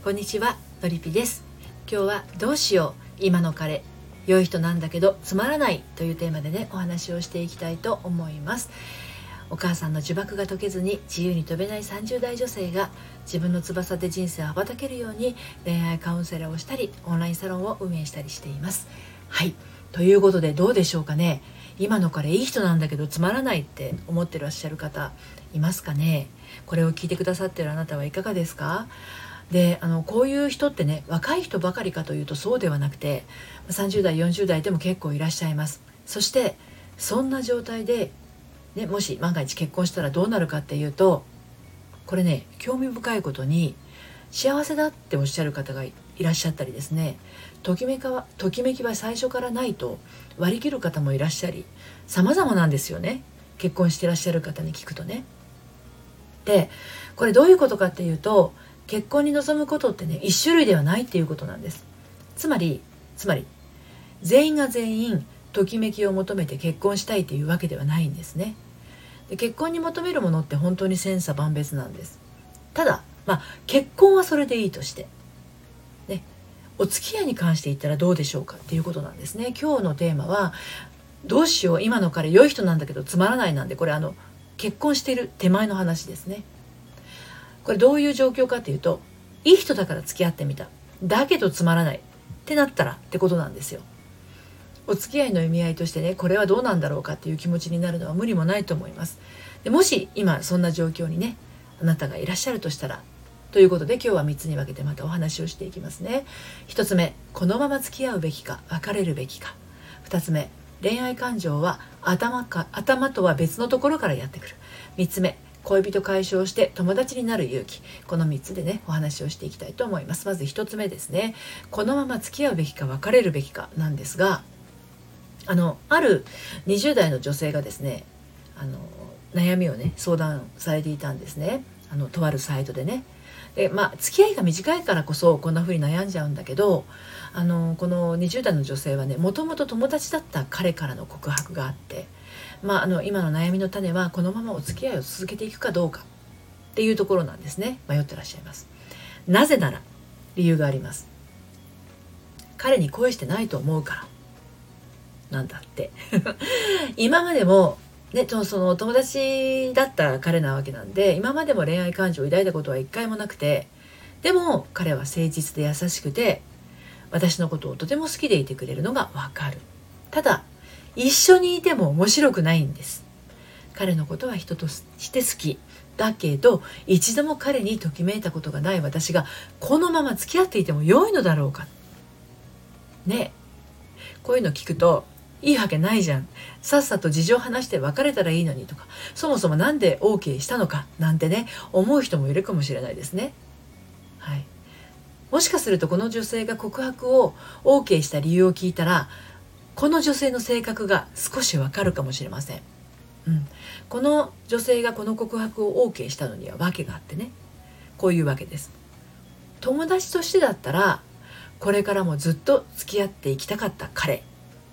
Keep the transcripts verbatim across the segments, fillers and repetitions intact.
こんにちは、のりぴです。今日はどうしよう、今の彼良い人なんだけどつまらないというテーマでねお話をしていきたいと思います。お母さんの呪縛が解けずに自由に飛べないさんじゅう代女性が自分の翼で人生を羽ばたけるように恋愛カウンセラーをしたりオンラインサロンを運営したりしています。はい、ということでどうでしょうかね。今の彼いい人なんだけどつまらないって思ってらっしゃる方いますかね。これを聞いてくださっているあなたはいかがですか。であのこういう人ってね、若い人ばかりかというとそうではなくてさんじゅう代よんじゅう代でも結構いらっしゃいます。そしてそんな状態で、ね、もし万が一結婚したらどうなるかっていうと、これね興味深いことに幸せだっておっしゃる方がいらっしゃったりですね、ときめきはときめきは最初からないと割り切る方もいらっしゃり、様々なんですよね、結婚してらっしゃる方に聞くとね。でこれどういうことかっていうと、結婚に臨むことってね一種類ではないっていうことなんです。つまりつまり全員が全員ときめきを求めて結婚したいというわけではないんですね。で結婚に求めるものって本当に千差万別なんです。ただまあ結婚はそれでいいとしてね、お付き合いに関して言ったらどうでしょうかっていうことなんですね。今日のテーマはどうしよう、今の彼良い人なんだけどつまらないなんで、これあの結婚している手前の話ですね。これどういう状況かというと、いい人だから付き合ってみた、だけどつまらないってなったらってことなんですよ。お付き合いの意味合いとしてね、これはどうなんだろうかっていう気持ちになるのは無理もないと思います。でもし今そんな状況にねあなたがいらっしゃるとしたらということで、今日はみっつに分けてまたお話をしていきますね。ひとつめ、このまま付き合うべきか別れるべきか。ふたつめ、恋愛感情は頭か頭とは別のところからやってくる。みっつめ、恋人解消して友達になる勇気。このみっつでねお話をしていきたいと思います。まずひとつめですね、このまま付き合うべきか別れるべきかなんですが、あのあるにじゅう代の女性がですね、あの悩みをね相談されていたんですね。あのとあるサイトでね。でまあ付き合いが短いからこそこんな風に悩んじゃうんだけど、あのこのにじゅう代の女性はね、もともと友達だった彼からの告白があって、まあ、あの今の悩みの種はこのままお付き合いを続けていくかどうかっていうところなんですね。迷ってらっしゃいます。なぜなら理由があります。彼に恋してないと思うからなんだって今までもね、その友達だった彼なわけなんで、今までも恋愛感情を抱いたことは一回もなくて、でも彼は誠実で優しくて私のことをとても好きでいてくれるのがわかる。ただ一緒にいても面白くないんです。彼のことは人として好きだけど、一度も彼にときめいたことがない私がこのまま付き合っていても良いのだろうかね。こういうの聞くといいわけないじゃん、さっさと事情話して別れたらいいのにとか、そもそもなんで オーケー したのかなんてね思う人もいるかもしれないですね。はい、もしかするとこの女性が告白を オーケー した理由を聞いたら、この女性の性格が少しわかるかもしれません。うん、この女性がこの告白を オーケー したのには訳があってね、こういうわけです。友達としてだったらこれからもずっと付き合っていきたかった彼、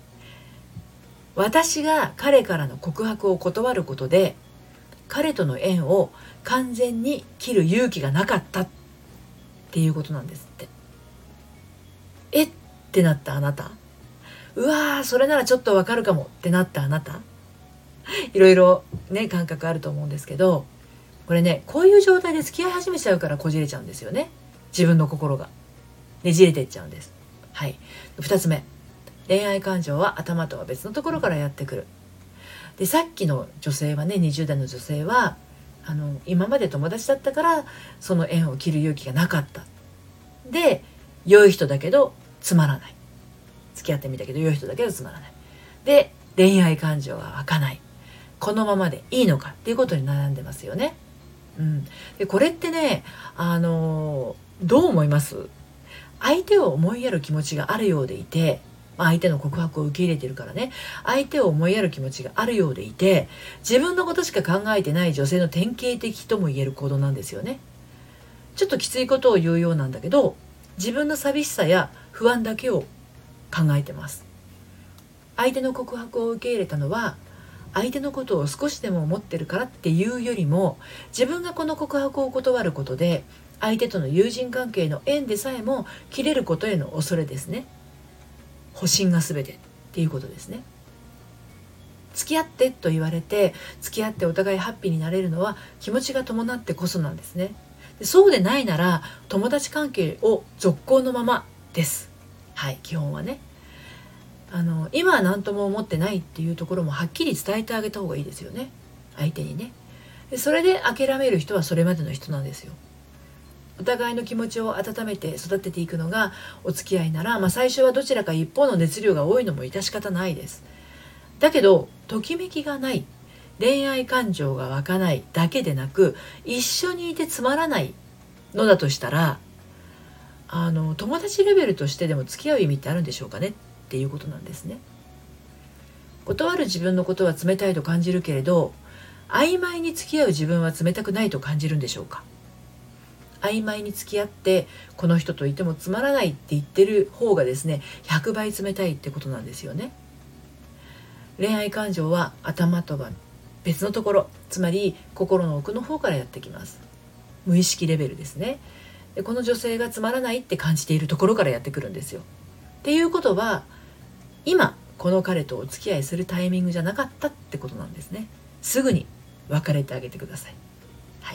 私が彼からの告白を断ることで彼との縁を完全に切る勇気がなかったっていうことなんですって。えってなったあなた、うわーそれならちょっとわかるかもってなったあなた、いろいろね感覚あると思うんですけど、これねこういう状態で付き合い始めちゃうからこじれちゃうんですよね。自分の心がねじれていっちゃうんです。はい、ふたつめ、恋愛感情は頭とは別のところからやってくる。でさっきの女性はね、にじゅう代の女性はあの今まで友達だったからその縁を切る勇気がなかった。で良い人だけどつまらない、付き合ってみたけど良い人だけどつまらない。で恋愛感情は湧かない、このままでいいのかっていうことに悩んでますよね。うん、でこれってね、あのどう思います？相手を思いやる気持ちがあるようでいて、相手の告白を受け入れてるからね、相手を思いやる気持ちがあるようでいて、自分のことしか考えてない女性の典型的とも言える行動なんですよね。ちょっときついことを言うようなんだけど、自分の寂しさや不安だけを考えてます。相手の告白を受け入れたのは相手のことを少しでも思ってるからっていうよりも、自分がこの告白を断ることで相手との友人関係の縁でさえも切れることへの恐れですね。保身が全てっていうことですね。付き合ってと言われて付き合ってお互いハッピーになれるのは気持ちが伴ってこそなんですね。でそうでないなら友達関係を続行のままです。はい、基本はね。あの今は何とも思ってないっていうところもはっきり伝えてあげた方がいいですよね、相手にね。でそれで諦める人はそれまでの人なんですよ。お互いの気持ちを温めて育てていくのがお付き合いなら、まあ、最初はどちらか一方の熱量が多いのも致し方ないです。だけどときめきがない、恋愛感情が湧かないだけでなく一緒にいてつまらないのだとしたら、あの友達レベルとしてでも付き合う意味ってあるんでしょうかねっていうことなんですね。断る自分のことは冷たいと感じるけれど、曖昧に付き合う自分は冷たくないと感じるんでしょうか。曖昧に付き合ってこの人といてもつまらないって言ってる方がですねひゃくばい冷たいってことなんですよね。恋愛感情は頭とは別のところ、つまり心の奥の方からやってきます。無意識レベルですね。でこの女性がつまらないって感じているところからやってくるんですよ。っていうことは今この彼とお付き合いするタイミングじゃなかったってことなんですね。すぐに別れてあげてください。はい。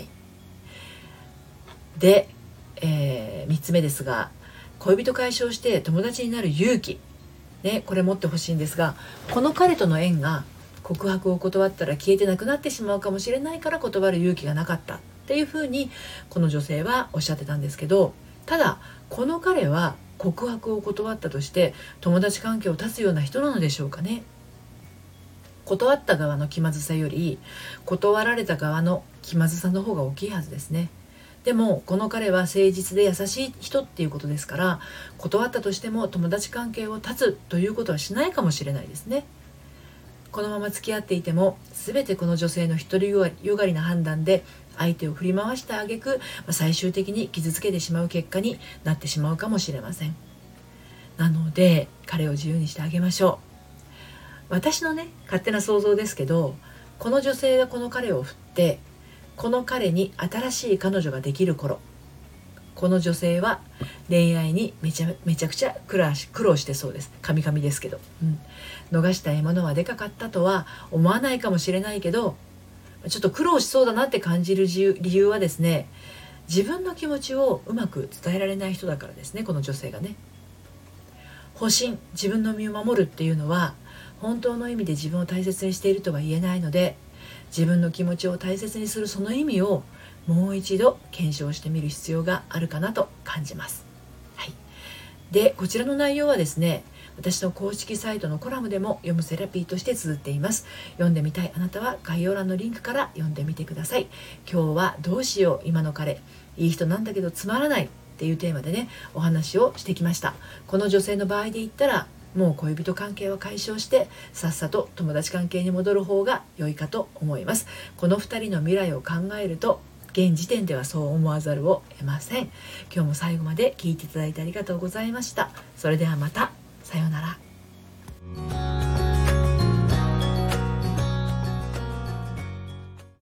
で、えー、みっつめですが、恋人解消して友達になる勇気、ね、これ持ってほしいんですが、この彼との縁が告白を断ったら消えてなくなってしまうかもしれないから断る勇気がなかったっていうふうにこの女性はおっしゃってたんですけど、ただこの彼は告白を断ったとして友達関係を断つような人なのでしょうかね。断った側の気まずさより断られた側の気まずさの方が大きいはずですね。でもこの彼は誠実で優しい人っていうことですから、断ったとしても友達関係を断つということはしないかもしれないですね。このまま付き合っていても全てこの女性の独りよがりな判断で相手を振り回した挙句、最終的に傷つけてしまう結果になってしまうかもしれません。なので彼を自由にしてあげましょう。私のね勝手な想像ですけど、この女性がこの彼を振ってこの彼に新しい彼女ができる頃、この女性は恋愛にめちゃめちゃくちゃ苦労し、苦労してそうです。カミカミですけど、うん、逃した獲物はでかかったとは思わないかもしれないけど、ちょっと苦労しそうだなって感じる理由はですね、自分の気持ちをうまく伝えられない人だからですね。この女性がね、保身、自分の身を守るっていうのは本当の意味で自分を大切にしているとは言えないので、自分の気持ちを大切にするその意味をもう一度検証してみる必要があるかなと感じます。はい、でこちらの内容はですね、私の公式サイトのコラムでも読むセラピーとして綴っています。読んでみたいあなたは概要欄のリンクから読んでみてください。今日はどうしよう今の彼、いい人なんだけどつまらないっていうテーマでねお話をしてきました。この女性の場合で言ったらもう恋人関係は解消してさっさと友達関係に戻る方が良いかと思います。このふたりの未来を考えると現時点ではそう思わざるを得ません。今日も最後まで聞いていただいてありがとうございました。それではまた。さようなら。